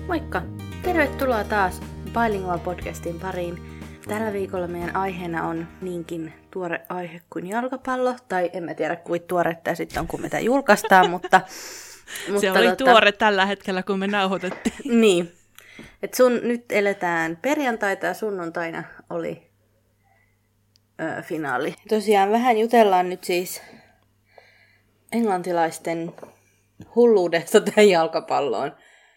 Moikka! Tervetuloa taas Bilingual podcastin pariin. Tällä viikolla meidän aiheena on niinkin tuore aihe kuin jalkapallo. Tai en mä tiedä, kuinka tuoretta sitten on, kun me tämä julkaistaan, mutta se oli tuore tällä hetkellä, kun me nauhoitettiin. Niin. Nyt eletään perjantaita ja sunnuntaina oli finaali. Tosiaan vähän jutellaan nyt siis englantilaisten hulluudesta tähän jalkapalloon.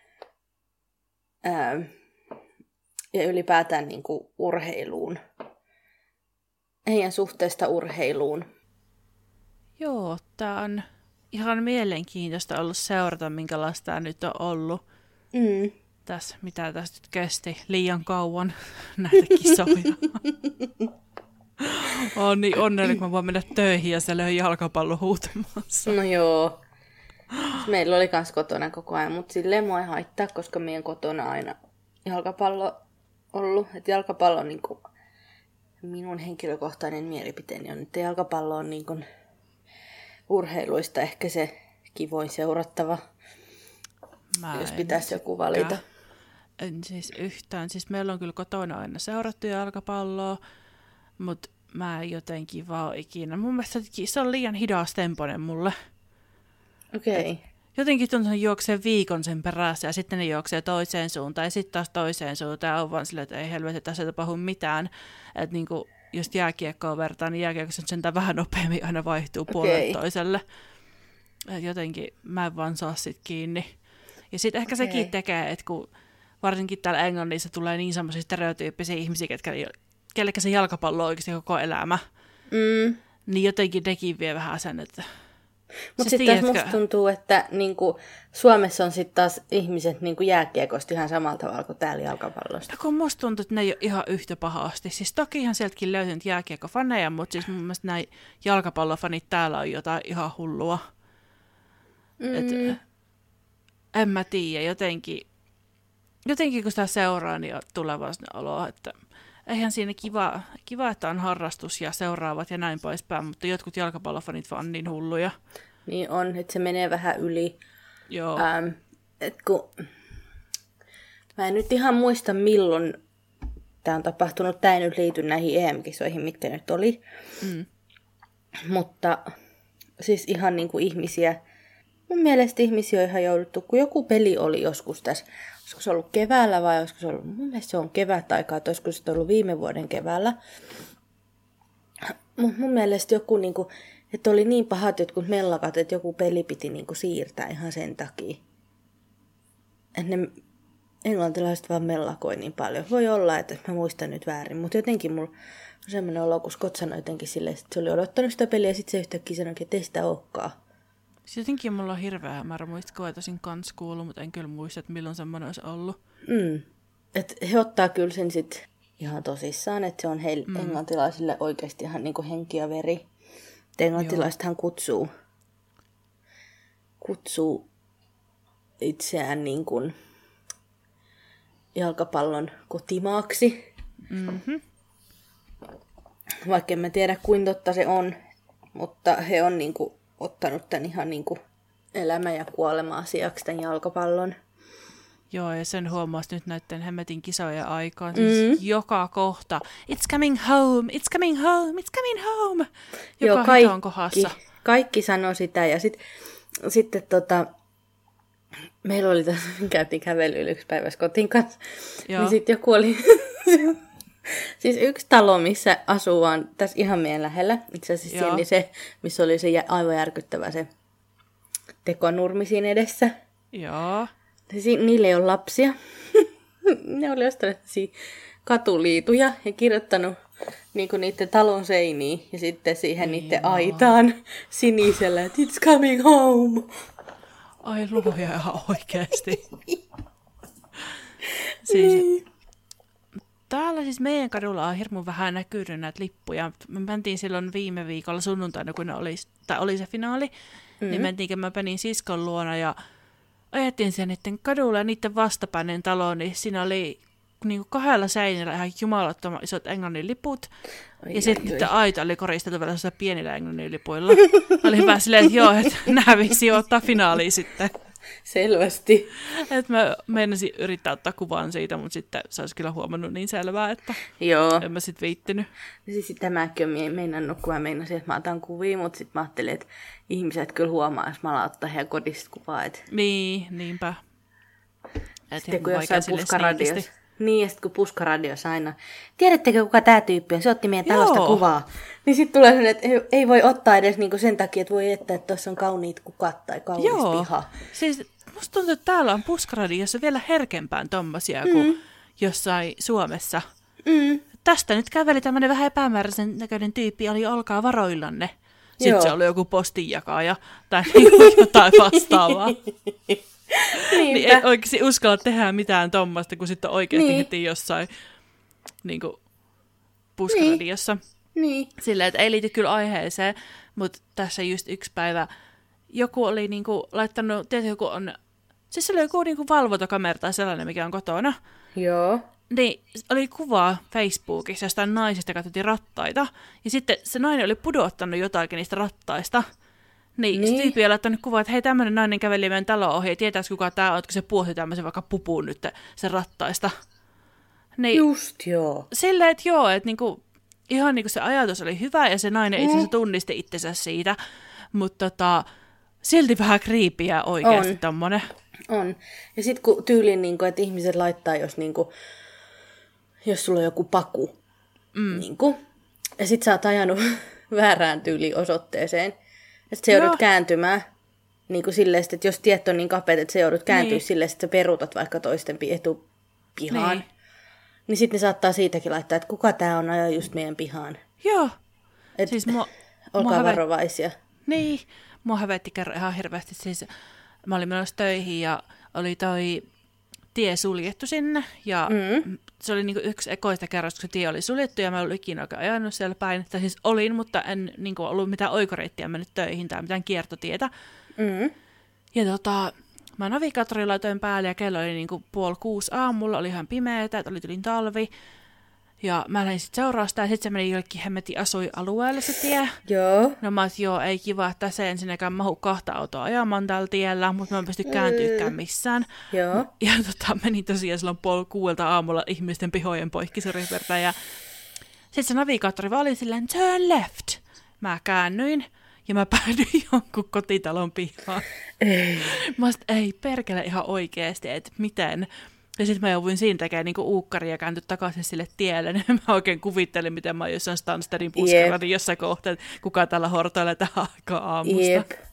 Ja ylipäätään niin kuin urheiluun. Heidän suhteesta urheiluun. Joo, tää on ihan mielenkiintoista ollut seurata, minkälaista tämä nyt on ollut. Mitä tässä nyt kesti liian kauan näitä kisoja. Olen niin onnellinen, kun mä voin mennä töihin ja siellä on jalkapallo huutamassa. No joo. Meillä oli kans kotona koko ajan, mutta silleen mua ei haittaa, koska meidän kotona aina jalkapallo ollut. Et jalkapallo on niinku, minun henkilökohtainen mielipiteeni on, että jalkapallo on niinku urheiluista ehkä se kivoin seurattava, jos pitäisi joku valita. En siis yhtään. Siis meillä on kyllä kotona aina seurattu jalkapalloa, mutta mä en jotenkin vaan ikinä. Mun mielestä se on liian hidastempoinen mulle. Okei. Okay. Jotenkin tuntuu, että juoksee viikon sen perässä ja sitten ne juoksee toiseen suuntaan ja sitten taas toiseen suuntaan. Ja on vaan silleen, että ei helvetti, tässä ei tapahdu mitään. Että niinku, jos jääkiekkoa vertaa, niin jääkiekossa sentään vähän nopeammin aina vaihtuu puolelle toiselle. Et jotenkin mä en vaan saa sit kiinni. Ja sitten ehkä sekin tekee, että kun varsinkin täällä Englannissa tulee niin semmoisia stereotyyppisiä ihmisiä, kellekä se jalkapallo on oikeasti koko elämä, niin jotenkin nekin vie vähän sen, että... Mutta sitten taas musta tuntuu, että niinku, Suomessa on sitten taas ihmiset niinku jääkiekosta ihan samalla tavalla kuin täällä jalkapallosta. Kun musta tuntuu, että ne ei ole ihan yhtä pahasti. Siis tokihan sieltäkin löytyy jääkiekkofaneja, mutta siis mun mielestä nämä jalkapallofanit täällä on jotain ihan hullua. En mä tiedä, jotenkin kun sitä seuraa, niin tulee vaan sinne oloa, että eihän siinä kiva, että on harrastus ja seuraavat ja näin poispäin, mutta jotkut jalkapallofanit vaan niin hulluja. Niin on, että se menee vähän yli. Joo. Mä en nyt ihan muista, milloin tämä on tapahtunut. Tämä ei nyt liity näihin EM-kisoihin, mitkä nyt oli. Mutta siis ihan niin kuin ihmisiä. Mun mielestä ihmisiä on ihan jouduttu, kun joku peli oli joskus tässä. Olisiko se ollut keväällä vai olisiko se ollut, mun mielestä se on kevätaikaa, että olisiko se ollut viime vuoden keväällä. Mun mielestä joku, niinku, että oli niin pahat jotkut mellakat, että joku peli piti niinku siirtää ihan sen takia. Että ne englantilaiset vaan mellakoi niin paljon. Voi olla, että mä muistan nyt väärin, mutta jotenkin mulla on semmoinen olo, kun Scott sanoi jotenkin silleen, että se oli odottanut sitä peliä ja sitten se yhtäkkiä sanoi, että ei sitä olekaan. Jotenkin mulla on hirveä määrä muistikuvia tosin kans kuullut, mutta en kyllä muista, että milloin semmoinen olisi ollut. Et he ottaa kyllä sen sit ihan tosissaan, että se on heille englantilaisille oikeasti ihan niinku henki ja veri. Englantilaisethan kutsuu itseään niin kuin jalkapallon kotimaaksi. Vaikka en mä tiedä, kuinka totta se on, mutta he on niinku ottanut tämän ihan niinku elämä- ja kuolema-asiaksi tämän jalkapallon. Joo, ja sen huomasi nyt näiden hemmetin kisojen aikaan. Siis joka kohta, it's coming home, it's coming home, it's coming home. Joka hiton kohdassa. Kaikki sanoo sitä, ja sitten meillä oli tässä, käytiin kävelyllä yksi päivässä kotiin kanssa, niin sitten joku oli... Siis yksi talo, missä asuu vaan tässä ihan meidän lähellä. Itse asiassa siinä oli se, missä oli se aivan järkyttävä se tekonurmi siinä edessä. Joo. Niillä ei ole lapsia. Ne oli ostanut katuliituja ja kirjoittanut niinku niiden talon seiniin ja sitten siihen niiden aitaan sinisellä, että it's coming home. Ai luoja ihan oikeasti. Siis... Täällä siis meidän kadulla on hirmu vähän näkynyt näitä lippuja. Me mentiin silloin viime viikolla sunnuntaina, kun oli se finaali. Niin mentiin, mä menin siskon luona ja ajettiin sen niiden kadulla ja niiden vastapäinen taloon. Niin siinä oli niin kuin 2 seinällä ihan jumalattoman isot englannin liput. Ja sitten aita oli koristeltu vielä pienillä englannin lipuilla. Oli hyvä silleen, että joo, että nämä visi ottaa finaaliin sitten. Selvästi. Että mä meinasin yrittää ottaa kuvan siitä, mutta sitten se olisi kyllä huomannut niin selvää, että Joo. en mä sit viittinyt. Ja siis tämäkin on meinannut, kun mä meinasin, että mä otan kuvia, mutta sitten mä ajattelin, että ihmiset kyllä huomaa, jos mä alan ottaa heidän kodista kuvaa. Et... Niin, niinpä. Sitten kun jossain puskaradiossa. Niin, ja sitten kun puskaradiossa aina, tiedättekö kuka tämä tyyppi on, se otti meidän talosta kuvaa. Niin sitten tulee sellainen, että ei voi ottaa edes niinku sen takia, että voi että tuossa on kauniit kukat tai kaunis piha. Siis musta tuntuu, että täällä on puskaradiossa vielä herkempään tommosia kuin jossain Suomessa. Tästä nyt käveli tämmöinen vähän epämääräisen näköinen tyyppi, oli olkaa varoillanne. Sitten se oli joku postinjakaja tai jotain vastaavaa. Niin ei oikeasti uskalla tehdä mitään tommoista, kun sitten oikeasti heti jossain niin kuin puskaradiossa. Niin. Silleen, että ei liity kyllä aiheeseen, mutta tässä just yksi päivä joku oli niin kuin laittanut, tiedätkö, joku on, siis se oli joku niin kuin valvontakamera tai sellainen, mikä on kotona. Joo. Niin oli kuva Facebookissa jostain naisista, joka teki rattaita. Ja sitten se nainen oli pudottanut jotakin niistä rattaista. Niin. Se tyyppi oli laittanut kuvaa, että hei, tämmöinen nainen käveli meidän taloon ohi, ja tietääks kuka tää on, että se puotti tämmöisen vaikka pupuun nyt sen rattaista. Niin, just joo. silleen, että joo, että niinku, ihan niinku se ajatus oli hyvä, ja se nainen itse asiassa tunnisti itsensä siitä, mutta silti vähän kriipiä oikeasti tommonen. On. Ja sit kun tyylin, niinku, että ihmiset laittaa, jos sulla on joku paku, niinku, ja sit sä oot ajanut väärään tyyliin osoitteeseen, että sä joudut kääntymään niin kuin silleen, että jos tiet on niin kapeat, että sä joudut kääntyä silleen, että sä peruutat vaikka toisten etupihaan. Niin sitten ne saattaa siitäkin laittaa, että kuka tää on ajaa just meidän pihaan. Joo. Et siis olkaa varovaisia. Niin. Mua hävetti kerran ihan hirveästi. Siis mä olin menossa töihin ja oli toi tie suljettu sinne. Ja se oli niinku yksi ekoista kerrosta, kun se tie oli suljettu ja mä en ollut ikinä oikein ajanut siellä päin. Tai siis olin, mutta en niinku ollut mitään oikoreittiä mennyt töihin tai mitään kiertotietä. Ja mä navigaattorin laitoin päälle ja kello oli niinku 5:30 aamulla, oli ihan pimeetä, että oli tylin talvi. Ja mä lähdin sitten seurausta ja sitten se meni jollekin hemmetin asuinalueelle se tie. Joo. No mä oon, joo, ei kiva, että tässä ensinnäkään mahu 2 autoa ajamaan tällä tiellä, mutta mä en pysty kääntyykään missään. Joo. Ja menin tosiaan silloin 5:30 aamulla ihmisten pihojen poikki Soriverta ja sitten se navigaattori vaan oli silleen, turn left. Mä käännyin ja mä päädyin jonkun kotitalon pihaan. Ei. Mä sit, ei perkele ihan oikeesti, että miten. Ja sitten mä jouduin siinä tekemään niinku uukkaria ja kääntyä takaisin sille tielle. Niin mä oikein kuvittelin, miten mä oon jossain Stansterin puskaradiossa kohta, että kuka täällä hortoilee tähän aikaan aamusta.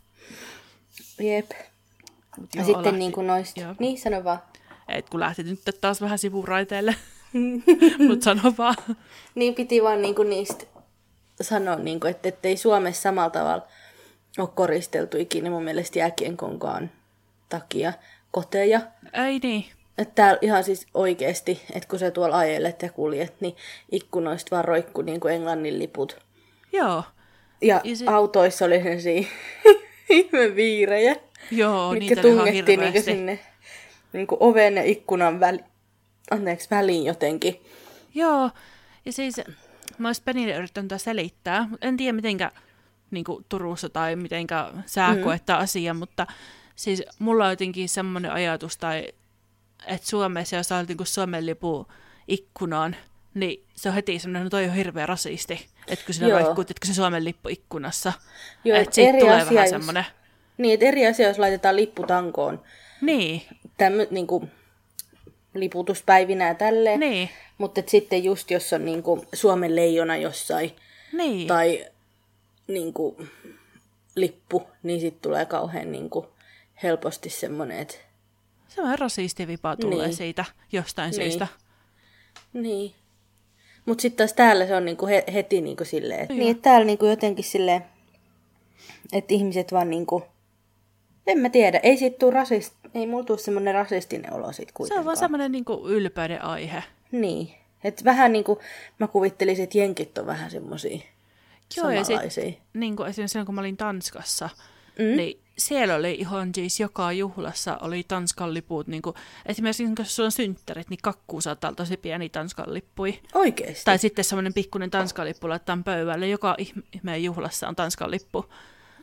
Jep. Ja sitten niin kuin noista. Niin, sano vaan. Et kun lähti nyt taas vähän sivuraiteelle. Mut sano vaan. Niin piti vaan niinku niistä sanoa, niinku, että ei Suomessa samalla tavalla ole koristeltu ikinä mun mielestä jääkienkonkaan takia koteja. Ei niin. Että täällä ihan siis oikeesti, että kun sä tuolla ajelet ja kuljet, niin ikkunoista vaan roikkuu niin kuin Englannin liput. Joo. Ja autoissa oli sellaisia ihme viirejä. Joo, mitkä niitä oli ihan tungettiin hirveästi. sinne niin kuin oven ja ikkunan väliin jotenkin. Joo, ja siis mä olisin Penille yrittänyt tätä selittää, mutta en tiedä mitenkä niin Turussa tai mitenkä sä koet tämä asia, mutta siis mulla on jotenkin semmoinen ajatus, tai että Suomessa, jos olet niin Suomen lipu ikkunaan, niin se on heti semmoinen, no toi on hirveä rasisti, että kun sinä roikkuut, että se Suomen lippu ikkunassa. Joo, että siitä tulee vähän semmoinen. Niin, että eri asia, jos laitetaan lippu tankoon. Niin. Niin kuin liputuspäivinä ja tälleen. Niin. Mutta sitten just, jos on niin kuin Suomen leijona jossain, niin. tai niin kuin lippu, niin sitten tulee kauhean niin kuin helposti semmoinen, että semmoinen rasistivipa tulee siitä jostain syystä. Niin. Mutta sitten taas täällä se on niinku heti niinku silleen, että niin, täällä niinku jotenkin silleen, että ihmiset vaan niinku, en mä tiedä, ei siitä tuu ei mulla tuu semmoinen rasistinen olo sit kuitenkaan. Se on vaan semmoinen niinku ylpeyden aihe. Niin. Että vähän niinku, mä kuvittelisin, että jenkit on vähän semmosia samanlaisia. Ja sit, niinku esimerkiksi silloin, kun mä olin Tanskassa, niin siellä oli ihan siis joka juhlassa oli Tanskan liput. Niin kuin, esimerkiksi jos sulla on synttärit, niin kakkuu saattaa olla tosi pieni Tanskan lippui. Oikeesti? Tai sitten semmoinen pikkuinen Tanskan lippu laittaa pöydälle. Joka ihmeen juhlassa on Tanskan lippu.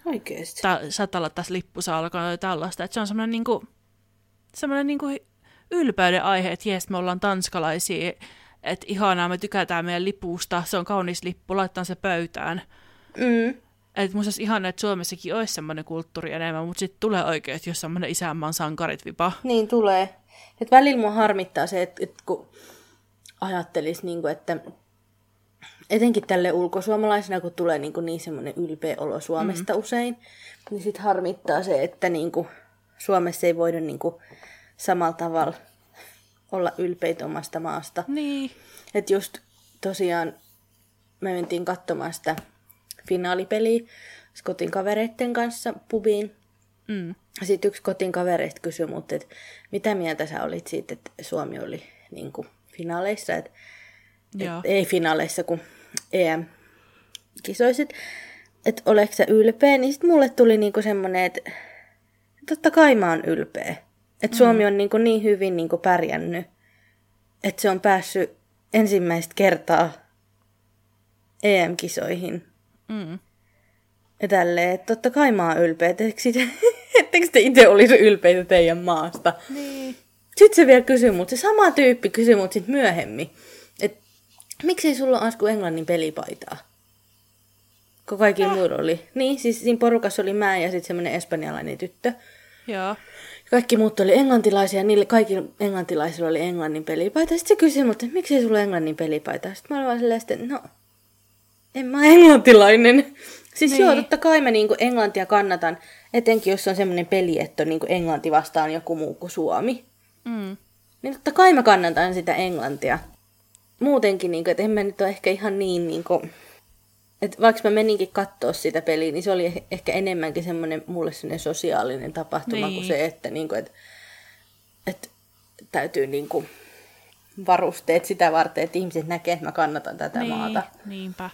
Oikeesti. Saattaa olla tässä lippusalkoina tai tällaista. Että se on semmoinen niinku ylpeyden aihe, että jes, me ollaan tanskalaisia, että ihanaa, me tykätään meidän lipusta, se on kaunis lippu, laitetaan se pöytään. Että musta olisi ihanaa, että Suomessakin olisi semmoinen kulttuuri enemmän, mutta sitten tulee oikeasti jos semmoinen isänmaan sankarit vipa. Niin tulee. Et välillä mua harmittaa se, että kun ajattelisi, niin kuin, että etenkin tälle ulkosuomalaisena, kun tulee niin semmoinen ylpeä olo Suomesta usein, niin sitten harmittaa se, että niin kuin Suomessa ei voida niin kuin samalla tavalla olla ylpeitä omasta maasta. Niin. Että just tosiaan me mentiin katsomaan sitä finaalipeliä Skotin kavereiden kanssa pubiin. Sitten yksi Skotin kavereista kysyi mut, että mitä mieltä sä olit siitä, että Suomi oli niin kuin finaaleissa. Ei finaaleissa, kun EM-kisoisit. Että oleks sä ylpeä, niin sitten mulle tuli niinku semmoinen, että totta kai mä oon ylpeä. Että Suomi on niin hyvin niinku pärjännyt, että se on päässyt ensimmäistä kertaa EM-kisoihin. Ja tälleen, että totta kai mä oon ylpeä. Ettekö te itse olisi ylpeitä teidän maasta? Niin. Sitten se vielä kysyi mut, se sama tyyppi kysyi mut sit myöhemmin, että miksei sulla ole Asku Englannin pelipaitaa? Kun kaikki muilla oli. Niin, siis siinä porukassa oli mä ja sitten semmoinen espanjalainen tyttö. Joo. Kaikki muut oli englantilaisia ja niille kaikilla englantilaisilla oli Englannin pelipaita. Sitten se kysyi mut, että miksei sulla ole Englannin pelipaita? Sitten mä olin vaan silleen, että no, en mä englantilainen. Siis niin. Joo, totta kai mä niinku englantia kannatan, etenkin jos on semmoinen peli, että on niinku englanti vastaan joku muu kuin suomi. Niin totta kai mä kannatan sitä englantia. Muutenkin, niinku, että en mä nyt ole ehkä ihan niin, niinku, että vaikka mä meninkin katsoa sitä peliä, niin se oli ehkä enemmänkin semmoinen mulle semmoinen sosiaalinen tapahtuma kuin se, että niinku, et täytyy niinku varusteet sitä varten, että ihmiset näkee, että mä kannatan tätä maata. Niinpä.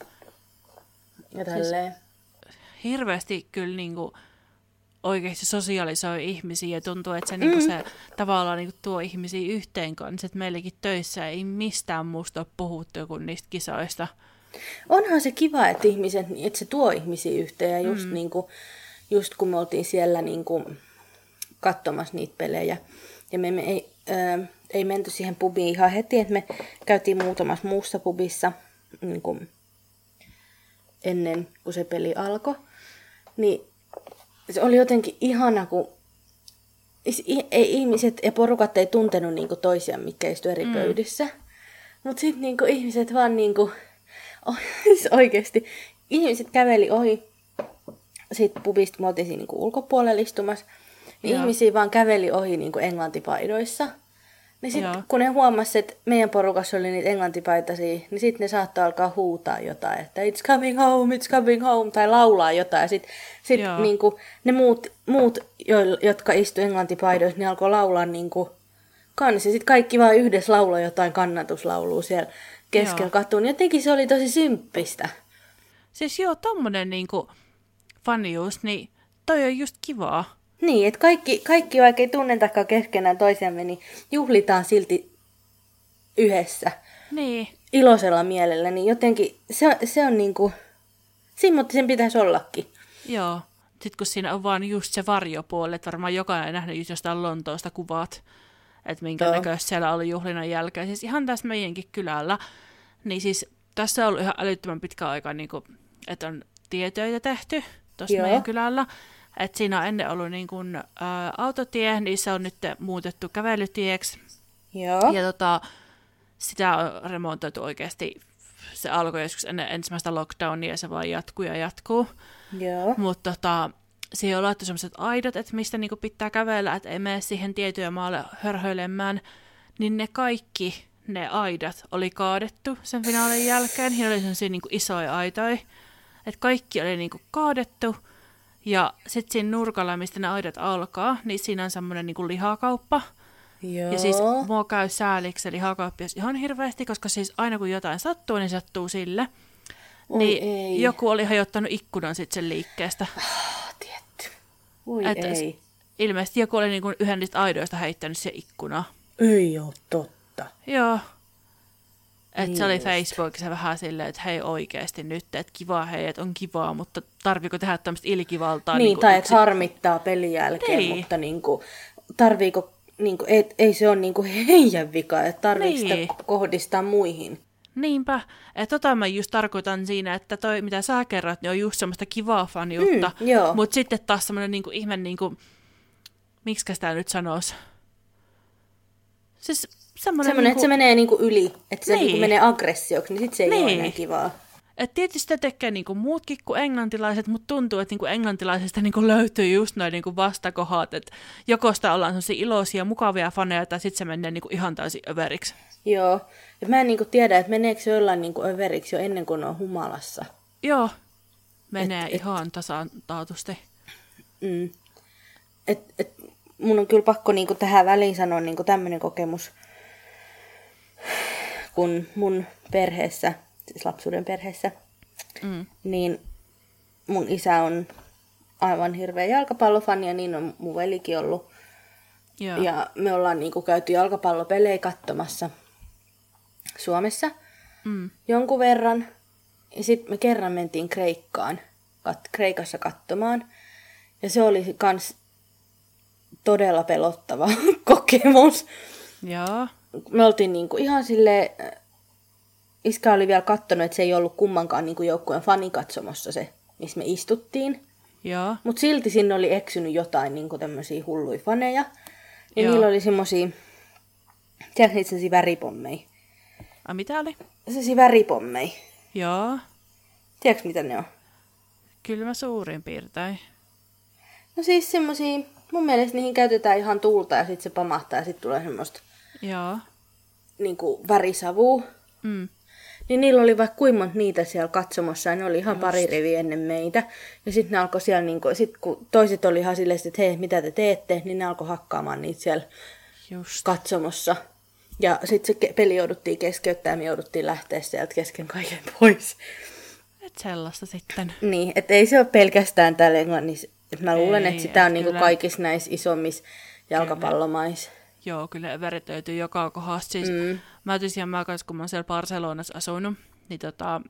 Ja tälleen. Siis hirveästi kyllä niinku oikeasti sosialisoi ihmisiä ja tuntuu, että se, niinku se tavallaan niinku tuo ihmisiä yhteen kanssa, että meilläkin töissä ei mistään muusta ole puhuttu kuin niistä kisoista. Onhan se kiva, että se tuo ihmisiä yhteen ja just kun me oltiin siellä niinku katsomassa niitä pelejä ja me ei menty siihen pubiin ihan heti, että me käytiin muutamassa muussa pubissa niinku ennen kuin se peli alkoi, niin se oli jotenkin ihana, kun ei ihmiset ja porukat ei tuntenut niinku toisiaan, mitkä istui eri pöydissä. Mutta sitten niinku ihmiset vaan niinku, oikeasti, ihmiset käveli ohi. Sitten pubista me oltiin siinä niinku ulkopuolella istumassa. Niin ihmisiä vaan käveli ohi niinku englantipaidoissa. Niin sitten kun ne huomasi, että meidän porukassa oli niitä englantipaitaisia, niin sitten ne saattoi alkaa huutaa jotain, että it's coming home, tai laulaa jotain. Ja sitten niinku, ne muut, jotka istuivat englantipaidoissa, niin alkoi laulaa niinku kanssa. Ja sitten kaikki vaan yhdessä lauloi jotain kannatuslaulua siellä keskellä katuun. Jotenkin se oli tosi symppistä. Siis tommonen niinku fanius, niin toi on just kivaa. Niin, että kaikki vaikka ei tunnetakaan keskenään toisiamme, niin juhlitaan silti yhdessä. Niin. Iloisella mielellä, niin jotenkin se on niinku, mutta sen pitäisi ollakin. Joo. Sitten kun siinä on vaan just se varjopuoli, että varmaan jokainen nähnyt just jostain Lontoosta kuvat, että minkä näköistä siellä oli juhlinnan jälkeen. Siis ihan tässä meidänkin kylällä, niin siis tässä on ollut ihan älyttömän pitkä aika, niin kuin, että on tietöitä tehty tuossa meidän kylällä. Et siinä on ennen ollut niin kun, autotie, niin se on nyt muutettu kävelytieksi. Joo. Ja sitä on remontoitu oikeasti. Se alkoi joskus ennen ensimmäistä lockdownia ja se vaan jatkuu. Joo. Mutta siihen on laittu sellaiset aidat, että mistä niin pitää kävellä, että ei mene siihen tiettyä maalle hörhöilemään. Niin ne aidat oli kaadettu sen finaalin jälkeen. Siinä oli sellaisia niin isoja aitoja. Että kaikki oli niin kaadettu. Ja sitten siinä nurkalla, mistä ne aidat alkaa, niin siinä on semmoinen niinku lihakauppa. Joo. Ja siis mua käy sääliksi se lihakauppias ihan hirveästi, koska siis aina kun jotain sattuu, niin sattuu sille. Oi niin ei. Joku oli hajottanut ikkunan sitten sen liikkeestä. Tietty. Oi ei. Ilmeisesti joku oli niinku yhden niistä aidoista heittänyt se ikkunaa. Ei ole totta. Joo. Että se oli Facebookissa vähän silleen, että hei oikeasti nyt, että kiva hei, että on kivaa, mutta tarviiko tehdä tämmöistä ilkivaltaa? Niin, tai että harmittaa pelin jälkeen, niin. Mutta niinku, tarviiko, niinku, ei se ole niinku heidän vika, että tarviiko sitä kohdistaa muihin. Niinpä, että mä just tarkoitan siinä, että toi mitä sä kerrot, niin on just semmoista kivaa faniutta, mutta sitten taas semmoinen niinku, ihme, niinku, miksikä sitä nyt sanoisi? Siis semmoinen niinku, että se menee niinku yli, että se niinku menee aggressioksi, niin sitten se ei ole enää kivaa. Et tietysti sitä tekee niinku muutkin kuin englantilaiset, mutta tuntuu, että niinku englantilaisista niinku löytyy just noin niinku vastakohat, että joko sitä ollaan sellaisia iloisia, mukavia faneja, tai sitten se menee niinku ihan täysin överiksi. Joo, ja mä en niinku tiedä, että meneekö se jollain niinku överiksi jo ennen kuin on humalassa. Joo, menee ihan tasan taatusti. Mun on kyllä pakko niinku tähän väliin sanoa niinku tämmöinen kokemus, kun mun perheessä, siis lapsuuden perheessä, niin mun isä on aivan hirveä jalkapallofani ja niin on mun velikin ollut. Joo. Ja me ollaan niinku käyty jalkapallopelejä katsomassa Suomessa jonkun verran. Ja sitten me kerran mentiin Kreikassa katsomaan. Ja se oli kans todella pelottava kokemus. Joo. Me oltiin niinku ihan silleen, iskä oli vielä katsonut, että se ei ollut kummankaan niinku joukkueen fanikatsomossa se, missä me istuttiin. Joo. Mut silti sinne oli eksynyt jotain niinku tämmösiä hulluja faneja. Ja niillä oli semmosia, tiedätkö niitä semmosia väripommeja? Mitä oli? Semmosia väripommeja. Joo. Tiedätkö mitä ne on? Kyllä mä suurin piirtein. No siis semmosia, mun mielestä niihin käytetään ihan tuulta ja sit se pamahtaa ja sit tulee semmoista niinku värisavua. Niin niillä oli vaikka kuinka monta niitä siellä katsomossa ja ne oli ihan pari riviä ennen meitä. Ja sitten ne alkoi siellä, niinku, sit kun toiset oli ihan silleen, että hei, mitä te teette, niin ne alkoi hakkaamaan niitä siellä katsomossa. Ja sitten se peli jouduttiin keskeyttää ja me jouduttiin lähteä sieltä kesken kaiken pois. Et sellaista sitten. Niin, että ei se ole pelkästään täällä Englannissa. Mä luulen, että sitä on niinku kaikissa näissä isommissa jalkapallomaissa. Joo, kyllä värit löytyy joka kohdasta. Siis mä tosiaan kun mä oon siellä Barcelonassa asunut, niin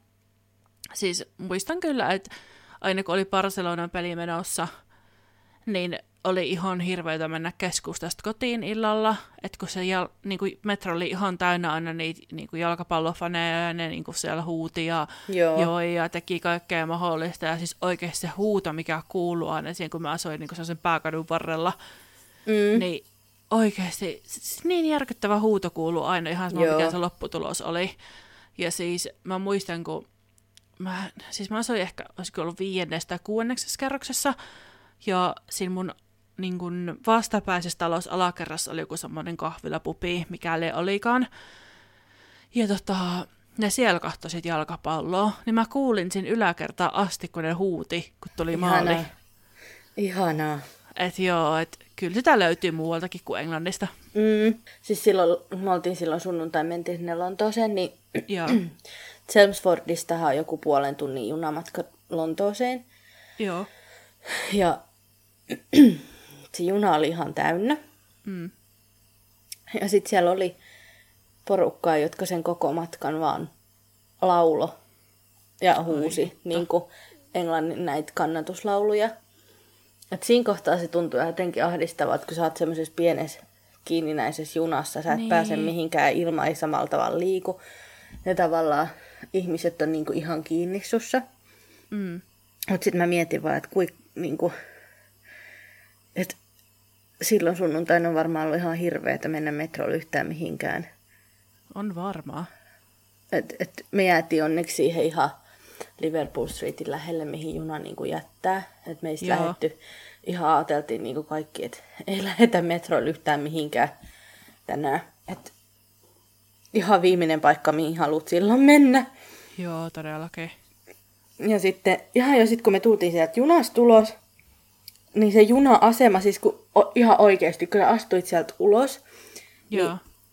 siis muistan kyllä, että aina kun oli Barcelonan peli menossa, niin oli ihan hirveätä mennä keskustasta kotiin illalla, että kun se niinku metro oli ihan täynnä aina niitä niinku jalkapallofaneja ja ne niinku siellä huuti ja joi ja teki kaikkea mahdollista. Ja siis oikeasti se huuto, mikä kuuluu aina siihen, kun mä asuin niinku sen pääkadun varrella, niin oikeasti niin järkyttävä huuto kuuluu aina ihan sama, mikä se lopputulos oli. Ja siis mä muistan, kun mä asuin ehkä, olisiko ollut 5. tai 6. kerroksessa, ja siinä mun niin kun vastapäisessä talossa alakerrassa oli joku semmoinen kahvilapupi, mikäli olikaan. Ja ne siellä katsoi sit jalkapalloa, niin mä kuulin siinä yläkertaan asti, kun ne huuti, kun tuli maali. Ihanaa. Että joo, että kyllä sitä löytyy muualtakin kuin Englannista. Siis silloin, me oltiin silloin sunnuntai, mentiin sinne Lontooseen, niin Chelmsfordistahan on joku 0,5 tunnin junamatka Lontooseen. Joo. Ja se juna oli ihan täynnä. Ja sitten siellä oli porukkaa, jotka sen koko matkan vaan laulo ja huusi niin kuin englannin näitä kannatuslauluja. Et siinä kohtaa se tuntuu jotenkin ahdistavaa, kun sä oot semmoisessa pienessä kiinninäisessä junassa, sä et pääse mihinkään, ilma ei samalla tavalla liiku. Ja tavallaan ihmiset on niinku ihan kiinni sussa. Mutta sitten mä mietin vaan, että et silloin sunnuntaina on varmaan ollut ihan hirveetä mennä metrolla yhtään mihinkään. On varmaa. Et me jäätiin onneksi siihen ihan Liverpool Streetin lähelle, mihin juna niinku jättää. Et meistä lähdetty, ihan ajateltiin niinku kaikki, että ei lähetä metrolla yhtään mihinkään tänään. Et ihan viimeinen paikka, mihin haluat silloin mennä. Joo, todellakin. Ja sitten kun me tultiin sieltä junasta ulos, niin se juna-asema, siis kun ihan oikeasti, kun sä astuit sieltä ulos, niin,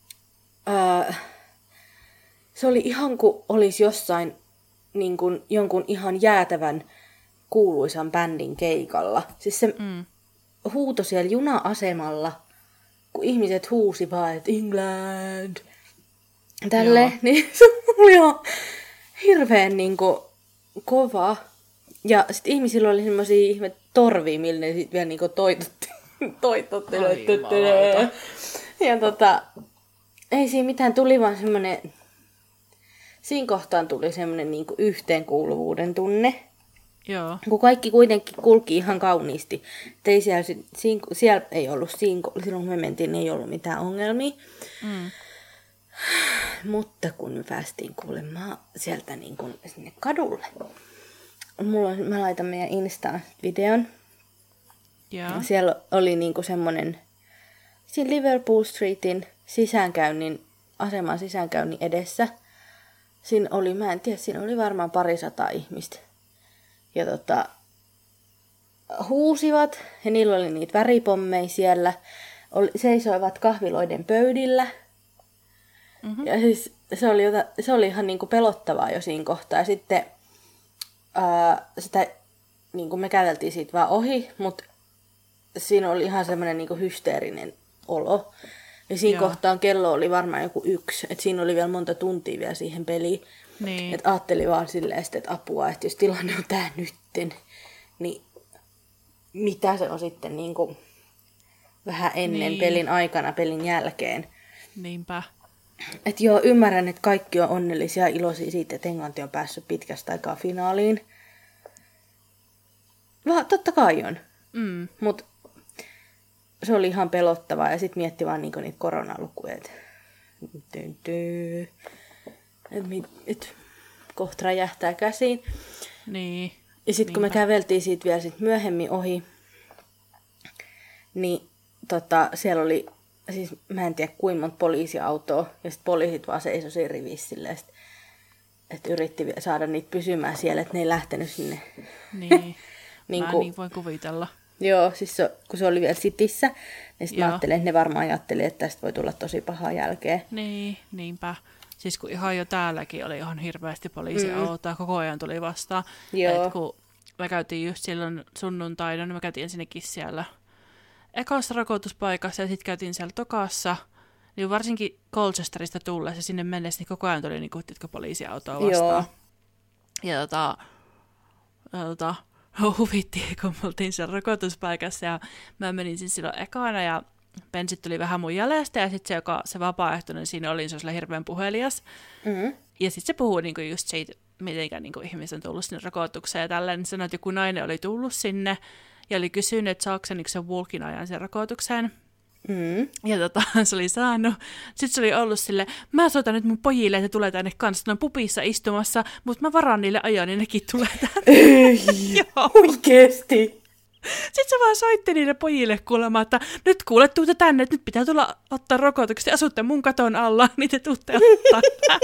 se oli ihan kuin olisi jossain niin kuin jonkun ihan jäätävän kuuluisan bändin keikalla. Siis se huuto siellä juna-asemalla, kun ihmiset huusi vaan, että England, tälleen, niin oli ihan hirveän niinku kova. Ja sitten ihmisillä oli semmosia ihme torvia, millä ne sit vielä niinku toitotti. Ja ei siinä mitään, tuli vaan semmonen, siinä kohtaan tuli semmonen niinku yhteenkuuluvuuden tunne. Joo. Kun kaikki kuitenkin kulki ihan kauniisti. Ei siellä ei ollut, silloin kun me mentiin, niin ei ollut mitään ongelmia. Mutta kun me päästiin kuulemaan sieltä niin kuin sinne kadulle. Mä laitan meidän Instaan videon. Yeah. Siellä oli niin kuin semmoinen, siinä Liverpool Streetin aseman sisäänkäynnin edessä. Siinä oli, mä en tiedä, siinä oli varmaan 200 ihmistä. Ja huusivat, ja niillä oli niitä väripommeja siellä. Seisoivat kahviloiden pöydillä. Mm-hmm. Ja siis se oli ihan niinku pelottavaa jo siinä kohtaa. Ja sitten sitä, niinku me käveltiin siitä vaan ohi, mutta siinä oli ihan semmoinen niinku hysteerinen olo. Ja siinä kohtaan kello oli varmaan joku 1. Että siinä oli vielä monta tuntia vielä siihen peliin. Niin. Että ajattelin vaan silleen, että apua, että jos tilanne on tää nytten, niin mitä se on sitten niinku vähän ennen pelin aikana, pelin jälkeen. Niinpä. Että joo, ymmärrän, että kaikki on onnellisia ja iloisia siitä, että Englanti on päässyt pitkästä aikaa finaaliin. Totta kai on. Mutta se oli ihan pelottavaa ja sitten mietti vaan niinku niitä koronalukuja, että kohta räjähtää käsiin. Niin. Ja sitten kun me käveltiin siitä vielä sit myöhemmin ohi, niin siellä oli, siis mä en tiedä kuinka monta poliisiautoa, ja sitten poliisit vaan seisoi siinä rivissä silleen, että yritti saada niitä pysymään siellä, että ne ei lähtenyt sinne. Niin, mä niin voin kuvitella. Joo, siis kun se oli vielä Cityssä, niin sitten mä ajattelin, että ne varmaan ajatteli, että tästä voi tulla tosi pahaa jälkeen. Niin, niinpä. Siis kun ihan jo täälläkin oli ihan hirveästi poliisiautoa, koko ajan tuli vastaan. Et kun me käytiin just silloin sunnuntaina, niin me käytiin ensinnäkin siellä ekassa rokotuspaikassa ja sitten käytiin siellä tokassa. Niin varsinkin Colchesterista tullessa sinne mennessä, niin koko ajan tuli niinku poliisiautoa vastaan. Joo. Ja huvittiin, kun me oltiin siellä rokotuspaikassa ja mä menin siis silloin ekana ja Bensit tuli vähän mun jäljestä ja sitten se vapaaehtoinen siinä oli, se oli hirveän puhelias. Mm-hmm. Ja sitten se puhui niinku just siitä, miten niinku ihmiset on tullut sinne rokotukseen ja tälleen. Niin sanoi, että joku nainen oli tullut sinne ja oli kysynyt, että saako se niinku sen walkin ajan sen rokotukseen. Mm. Ja se oli saanut. Sitten se oli ollut silleen, mä soitan nyt mun pojille, että ne tulee tänne kanssa, ne on pupissa istumassa, mutta mä varaan niille ajan, niin nekin tulee tänne. Ei, oikeesti. Sitten se vaan soitti niille pojille kuulemaan, että nyt kuule tuutte tänne, että nyt pitää tulla ottaa rokotukset. Asutte mun katon alla, niin te tuutte ottaa.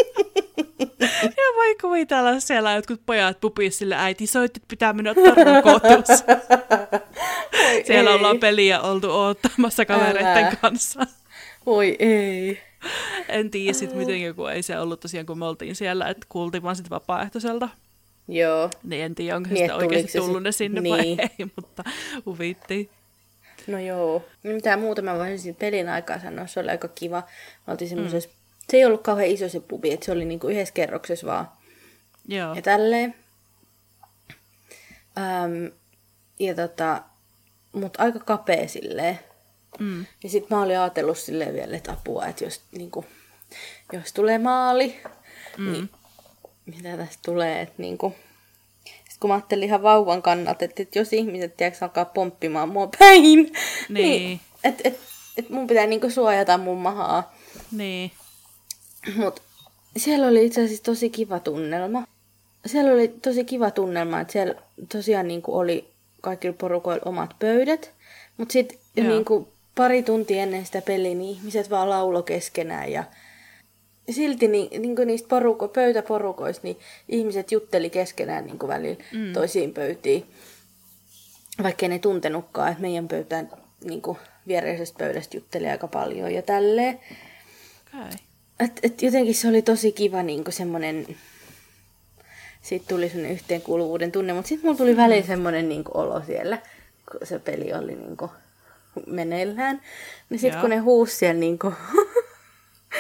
Ja voi kuvitella siellä jotkut pojat pupissa sille, äiti soitti, että pitää mennä ottaa rokotus. Siellä ollaan peliä oltu oottamassa kavereiden kanssa. Voi ei. En tiedä sitten miten, kun ei se ollut tosiaan, kun me oltiin siellä, että kuultiin vaan sitten vapaaehtoiselta. Joo. Niin en tiedä, onko sitä oikeasti tullut ne sinne vai ei, mutta huvittiin. No joo. Mitä muuta mä voisin pelin aikaa sanoa, se oli aika kiva. Me oltiin semmoisessa, se ei ollut kauhean iso se pubi, että se oli niinku yhdessä kerroksessa vaan. Joo. Ja tälleen. Mutta aika kapea silleen. Ja sit mä olin ajatellut silleen vielä, että apua, että jos tulee maali, niin mitä tästä tulee, että niinku. Sitten kun mä ajattelin ihan vauvan kannalta, että jos ihmiset tiedätkö alkaa pomppimaan mua päin, niin et mun pitää niinku suojata mun mahaa. Niin. Mut siellä oli itse asiassa tosi kiva tunnelma. Että siellä tosiaan niinku oli kaikilla porukoilla omat pöydät, mut sit niinku pari tuntia ennen sitä peliä niin ihmiset vaan laulo keskenään ja silti niin niistä pöytäporukoista niin ihmiset jutteli keskenään niin välillä toisiin pöytiin. Vaikka ne tuntenutkaan, että meidän pöytään niin viereisestä pöydästä jutteli aika paljon ja tälleen. Okay. Et jotenkin se oli tosi kiva niin semmoinen, siitä tuli semmoinen yhteenkuuluvuuden tunne, mutta sitten mulla tuli väliin semmoinen niin olo siellä, kun se peli oli niin meneillään. Niin sitten kun ne huusi siellä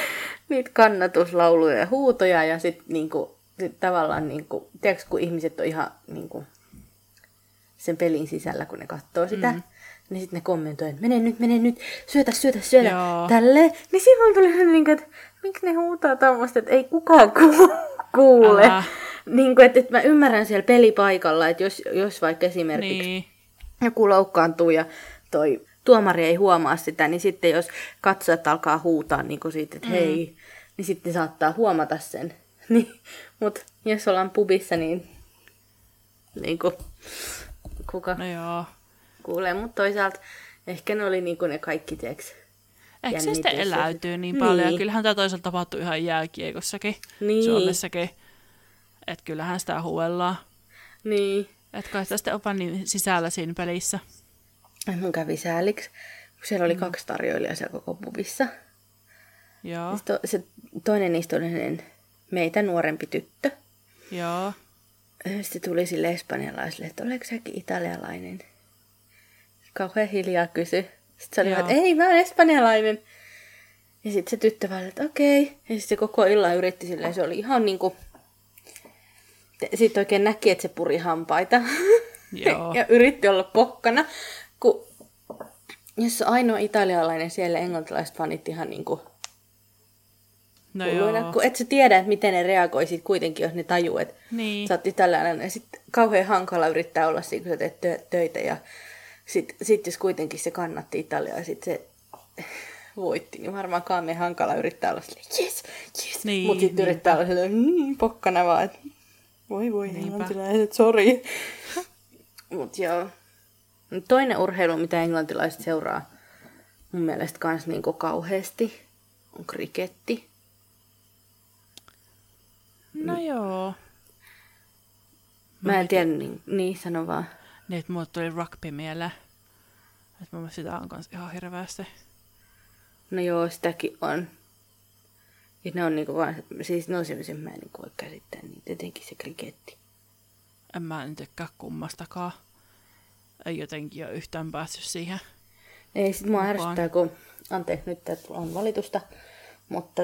niitä kannatuslauluja ja huutoja ja sitten niinku, sit tavallaan, niinku, tiedätkö, kun ihmiset on ihan niinku, sen pelin sisällä, kun ne katsoo sitä, niin sitten ne kommentoi, että mene nyt, syötä, Joo. tälleen. Niin silloin tuli ihan niin kuin, että miksi ne huutaa tommoista, että ei kukaan kuule. Niin kuin, että mä ymmärrän siellä pelipaikalla, että jos vaikka esimerkiksi joku loukkaantuu ja toi tuomari ei huomaa sitä, niin sitten jos katsojat alkaa huutaa niin kuin siitä, että hei, niin sitten saattaa huomata sen. Niin, mutta jos ollaan pubissa, niin kuin, kuka kuulee. Mutta toisaalta ehkä ne oli niin kuin ne kaikki, tiiäks, ehkä se sitten eläytyy niin paljon. Niin. Ja kyllähän tämä toisaalta tapahtuu ihan jääkiekossakin, Suomessakin. Että kyllähän sitä huuellaan. Niin. Että kai sitä sitten on niin sisällä siinä pelissä. Mun kävi sääliksi, kun siellä oli 2 tarjoilijaa siellä koko pubissa. Joo. Se toinen niistä oli meitä nuorempi tyttö. Joo. Sitten tuli sille espanjalaiselle, että oleeko säkin italialainen? Kauhean hiljaa kysyi. Sitten se oli että ei, mä oon espanjalainen. Ja sitten se tyttö vaan, että okei. Ja sitten se koko illan yritti silleen, se oli ihan niinku... Sitten oikein näki, että se puri hampaita. Joo. Ja yritti olla pokkana. Kun jos on ainoa italialainen, siellä englantilaiset fanit ihan niinku... No hulluina, kun et sä tiedä, että miten ne reagoi sit kuitenkin, jos ne tajuu, että sä oot italialainen. Ja sitten kauhean hankala yrittää olla siinä, kun sä teet töitä. Ja sitten jos kuitenkin se kannatti Italiaa ja sitten se voitti, niin varmaan kaameen hankala yrittää olla silleen, yes. Niin, mutta sitten yrittää olla silleen, pokkana vaan, että voi, englantilaiset, sori. Mutta joo. Toinen urheilu, mitä englantilaiset seuraa mun mielestä kans niinku kauheasti, on kriketti. No joo. Mä en tiedä, niin sano vaan. Niin, että mulle tuli rugby mieleen. Että mun mielestä sitä on kans ihan hirveästi. No joo, sitäkin on. Ja ne on niinku vaan, siis ne on semmoisen, mä en niinku voi käsittää niitä, etenkin se kriketti. En mä en tykkää kummastakaan. Ei jotenkin ole yhtään päässyt siihen. Ei, sit mua ärsyttää, kun, anteeksi nyt, että on valitusta, mutta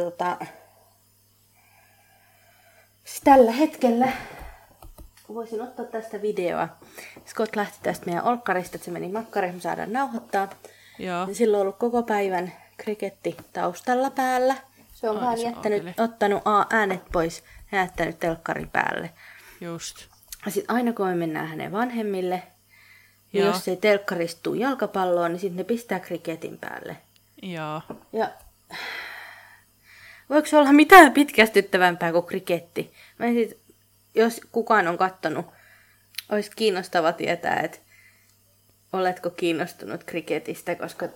tällä hetkellä voisin ottaa tästä videoa. Scott lähti tästä meidän olkkarista, että se meni makkariin, me saadaan nauhoittaa. Joo. Silloin on ollut koko päivän kriketti taustalla päällä. Se on vaan ottanut äänet pois ja jättänyt telkkarin päälle. Just. Ja sitten aina kun me mennään hänen vanhemmille, niin jos ei telkkarista tule jalkapalloa, niin sitten ne pistää kriketin päälle. Joo. Ja voiko se olla mitään pitkästyttävämpää kuin kriketti? Jos kukaan on kattonut, olisi kiinnostava tietää, että oletko kiinnostunut kriketistä, koska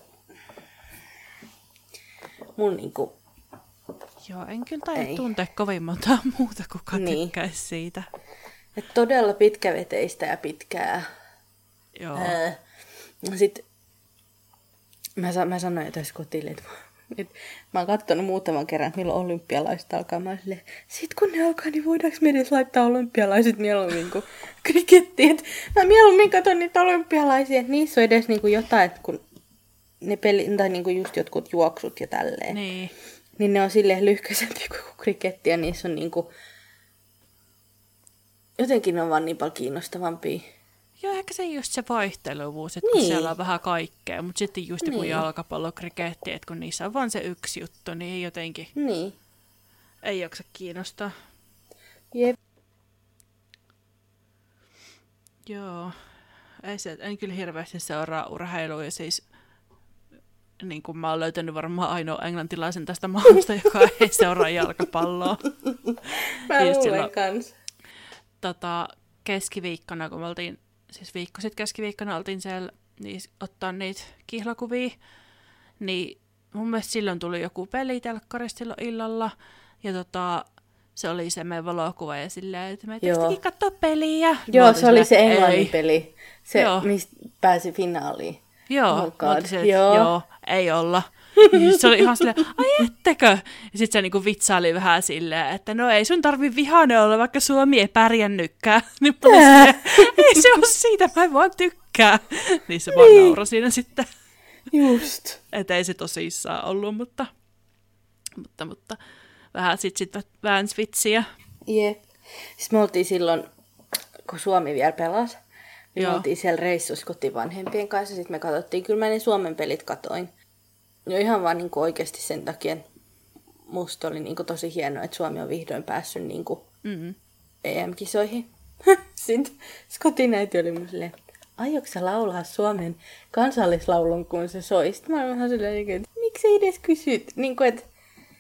mun niinku... Joo, en kyllä taida tuntea kovin montaa muuta, kuka tykkäisi siitä. Et todella pitkäveteistä ja pitkää. Joo. Sitten mä sanoin jotain kotille, että mä oon katsonut muutaman kerran, milloin olympialaiset alkaa. Mä oon silleen, sit kun ne alkaa, niin voidaanko me edes laittaa olympialaiset mieluummin kuin krikettiin. Mä mieluummin katson niitä olympialaisia, että niissä on edes niinku jotain, että kun ne tai niinku just jotkut juoksut ja tälleen. Niin ne on silleen lyhkäisempi kuin kriketti ja niissä on niinku... Jotenkin ne on vaan niin paljon kiinnostavampia. Joo, ehkä se just se vaihteluvuus, että kun siellä on vähän kaikkea, mutta sitten just joku jalkapallo, kriketti, että kun niissä on vaan se yksi juttu, niin ei jotenkin ei jaksa kiinnostaa. Jep. Joo, en kyllä hirveästi seuraa urheilua ja siis niin kuin mä oon löytänyt varmaan ainoa englantilaisen tästä maailmasta, joka ei seuraa jalkapalloa. Mä luulen kans. Keskiviikkona, kun me oltiin, siis viikko sitten keskiviikkona oltiin siellä ottaa niitä kihlakuvia, niin mun mielestä silloin tuli joku peli telkkarista silloin illalla, ja se oli se meidän valokuva, ja silleen, että me tietystikin katsoa peliä. Joo, se oli se englannin peli, se mistä pääsi finaaliin. Joo, joo, ei olla. Se oli ihan silleen, ai ettekö? Ja sitten se niinku vitsaili vähän silleen, että no ei sun tarvi vihainen olla, vaikka Suomi ei pärjännytkään. Niin mä silleen, ei se ole siitä, mä en vaan tykkää. Niin se vaan nauroi siinä sitten. Just. Että ei se tosissaan ollut, mutta Mutta vähän sitten väänsi vitsiä. Jep. Siis me oltiin silloin, kun Suomi vielä pelasi, niin me oltiin siellä reissussa kotivanhempien kanssa. Sitten me katsottiin, kyllä mä ne Suomen pelit katoin. Jo ihan vaan niin kuin oikeasti sen takia, musta oli niin kuin tosi hienoa, että Suomi on vihdoin päässyt niin kuin EM-kisoihin. Sitten kotinäiti oli mun silleen, aiotko sä laulaa Suomen kansallislaulun, kun se soi? Sitten mä olin vähän silleen, että miksi ei edes kysyt? Niin kuin, että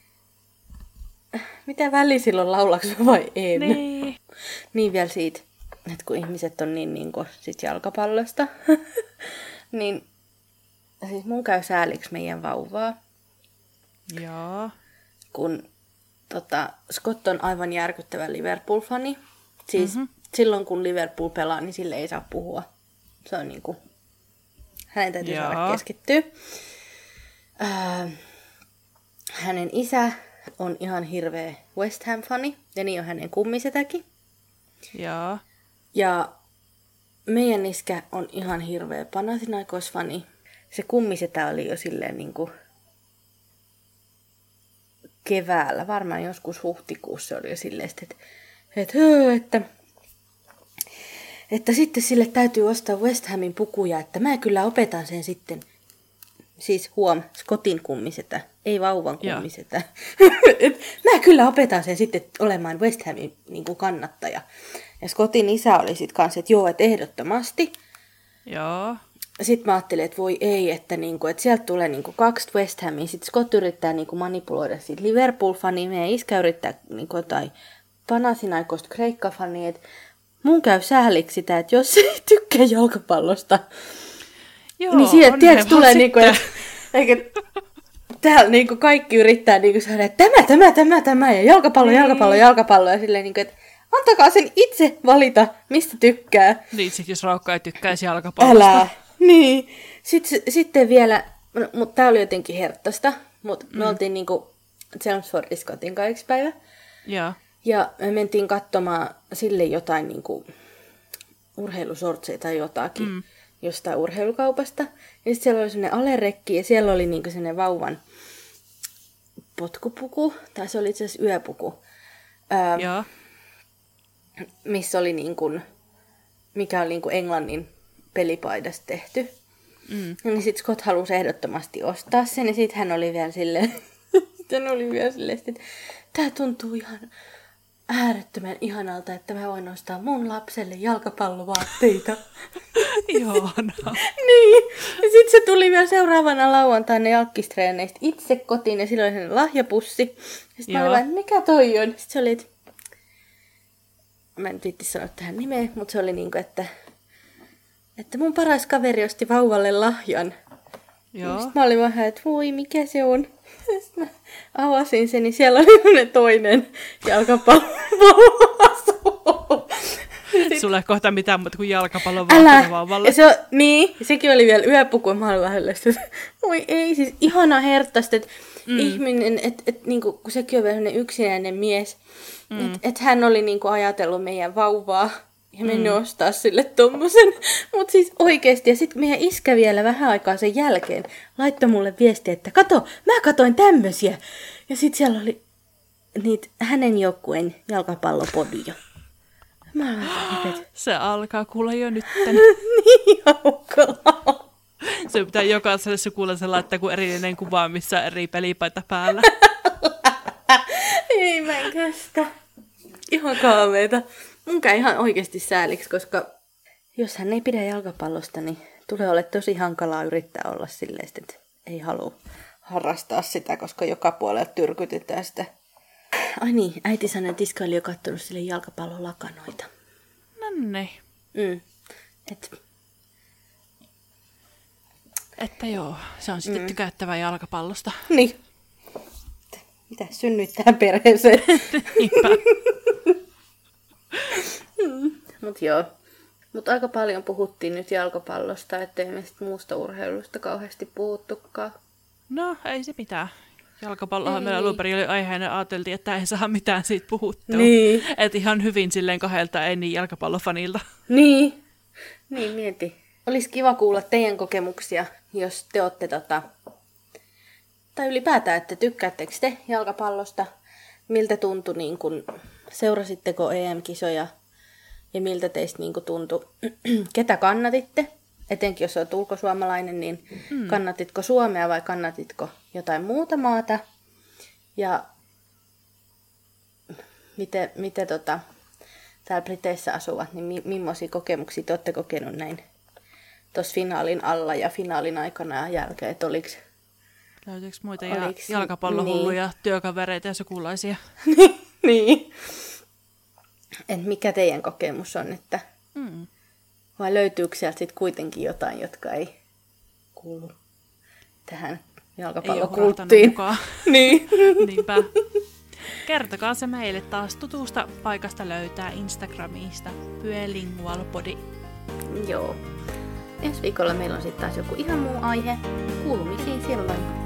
mitä väliä silloin laulaanko vai en? Niin vielä siitä, että kun ihmiset on niin kuin sit jalkapallosta, niin siis mun käy sääliksi meidän vauvaa. Joo. Kun Scott on aivan järkyttävä Liverpool-fani. Siis silloin kun Liverpool pelaa, niin sille ei saa puhua. Se on niinku, hänen täytyy saada keskittyä. Hänen isä on ihan hirveä West Ham-fani, ja niin on hänen kummisetäkin. Joo. Ja meidän iskä on ihan hirveä Panathinaikos-fani. Se kummisetä oli jo silleen niinku keväällä, varmaan joskus huhtikuussa oli jo silleen, että sitten sille täytyy ostaa West Hamin pukuja, että mä kyllä opetan sen sitten. Siis Scottin kummisetä, ei vauvan kummisetä. Mä kyllä opetan sen sitten olemaan West Hamin niin kuin kannattaja. Ja Scottin isä oli sitten kanssa, että joo, että ehdottomasti. Joo. Sitten mä ajattelin, että voi ei, että sieltä tulee 2 West Hamia. Sitten Scott yrittää manipuloida siitä Liverpool-fania. Meidän iskä yrittää jotain Panathinaikosta Kreikka-fania. Et mun käy sääliksi sitä, että jos ei tykkää jalkapallosta, niin sieltä tiedätkö tulee, että täällä kaikki yrittää saada, että tämä ja jalkapallo. Ja silleen, että antakaa sen itse valita, mistä tykkää. Niin, sit jos Raukka ei tykkäisi jalkapallosta. Älä. Niin. Sitten vielä, mutta tää oli jotenkin herttästä, mutta me oltiin Chelmsfordissa Scottin 2 päivä. Joo. Ja me mentiin katsomaan sille jotain urheilusortseja tai jotakin jostain urheilukaupasta. Ja sitten siellä oli sellainen alerekki ja siellä oli sellainen vauvan potkupuku, tai se oli itse asiassa yöpuku. Joo. Missä oli mikä oli Englannin pelipaidasta tehty. Niin sit Scott halusi ehdottomasti ostaa sen, ja sit hän oli vielä silleen, että tää tuntuu ihan äärettömän ihanalta, että mä voin ostaa mun lapselle jalkapallovaatteita. Ihanaa. Niin. Ja sit se tuli vielä seuraavana lauantaina jalkkistreeneistä itse kotiin, ja sillä oli sellainen lahjapussi. Ja sit mä olin vaan, mikä toi on? Sit se oli, että mä en viitti sanoa tähän nimeen, mutta se oli että mun paras kaveri osti vauvalle lahjan. Joo. Sitten mä olin vähän, että voi, mikä se on? Sitten mä avasin sen, niin siellä oli toinen jalkapallovasu. Sulla ei kohta mitään muuta kuin jalkapallon vauvalle. Ja sekin oli vielä yöpuku. Mä olin vähän että voi ei, siis ihana herttaista, että ihminen, että kun sekin on vielä yksinäinen mies, että hän oli ajatellut meidän vauvaa. Ja mennyt ostaa sille tommosen. Mutta siis oikeesti. Ja sitten meidän iskä vielä vähän aikaa sen jälkeen laittoi mulle viestiä, että kato, mä katoin tämmösiä. Ja sitten siellä oli niitä hänen joukkueen jalkapallopodia. Se alkaa kuulla jo nytten. Niin alkaa. Se pitää jokaiselle sukulaiselle laittaa kuin erillinen kuva, missä on eri pelipaita päällä. Ei mä en kestä. Ihan kaameita. Mun käy ihan oikeasti sääliksi, koska jos hän ei pidä jalkapallosta, niin tulee olla tosi hankalaa yrittää olla silleen, että ei halua harrastaa sitä, koska joka puolella tyrkytetään sitä. Ai niin, äiti sanoi, että iska oli jo kattonut sille jalkapallolakanoita. Nonne. Että joo, se on sitten tykättävä jalkapallosta. Niin. Mitä synnyttää perheeseen? Niinpä. Mut joo. Mutta aika paljon puhuttiin nyt jalkapallosta, ettei me sit muusta urheilusta kauheasti puhuttukaan. No, ei se mitään. Jalkapallohan meillä alun perin oli aiheena, ajateltiin, että ei saa mitään siitä puhuttua. Niin. Että ihan hyvin silleen kahdelta ei niin jalkapallofanilta. Niin. Niin, mieti. Olisi kiva kuulla teidän kokemuksia, jos te olette tai ylipäätään, että tykkäättekö te jalkapallosta? Miltä tuntui, niin kun, seurasitteko EM-kisoja ja miltä teistä niin kun tuntui, ketä kannatitte? Etenkin jos olet ulkosuomalainen, niin kannatitko Suomea vai kannatitko jotain muuta maata? Ja miten täällä Briteissä asuvat, niin millaisia kokemuksia te olette kokenut näin tuossa finaalin alla ja finaalin aikana ja jälkeen, että löytyykö muita jalkapallohulluja työkavereita ja sukulaisia? Niin. Et mikä teidän kokemus on, että vai löytyykö sieltä sitten kuitenkin jotain, jotka ei kuulu tähän jalkapallokulttiin? Niin. Niinpä. Kertokaa se meille taas. Tutusta paikasta löytää Instagramista Pyölingualpodi. Joo. Ensi viikolla meillä on sitten taas joku ihan muu aihe. Kuulumisiin silloin.